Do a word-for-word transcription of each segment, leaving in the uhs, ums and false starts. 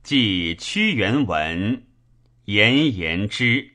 记屈原文，颜言之。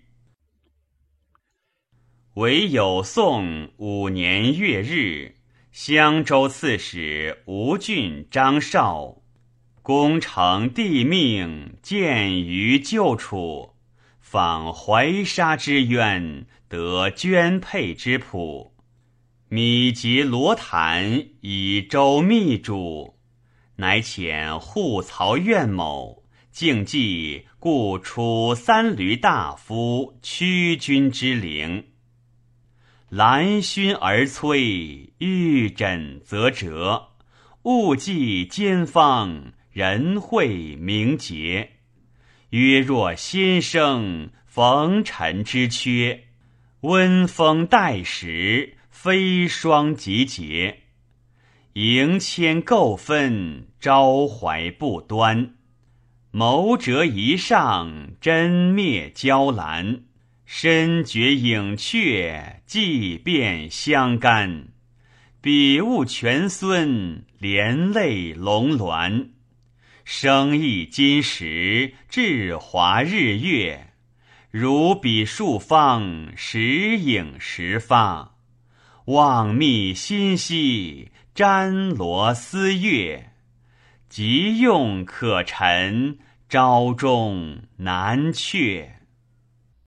唯有宋五年月日，襄州刺史吴郡张绍，攻城帝命，见于旧处，访怀沙之渊，得捐佩之谱，米秸罗坛，以周密主，乃遣护曹苑某，竞技故楚三闾大夫屈君之陵。兰熏而摧，玉枕则折，物寄兼方，人会名节。约若先生，逢尘之缺，温风带时，非霜即节。营迁构分，朝怀不端。谋折一上，真灭娇兰。深觉影阙，既变相干。比物全孙，连累龙鸾。生意金石，至华日月。如比数方，时影时发。望密心兮，沾罗思月。急用可陈，朝中难却。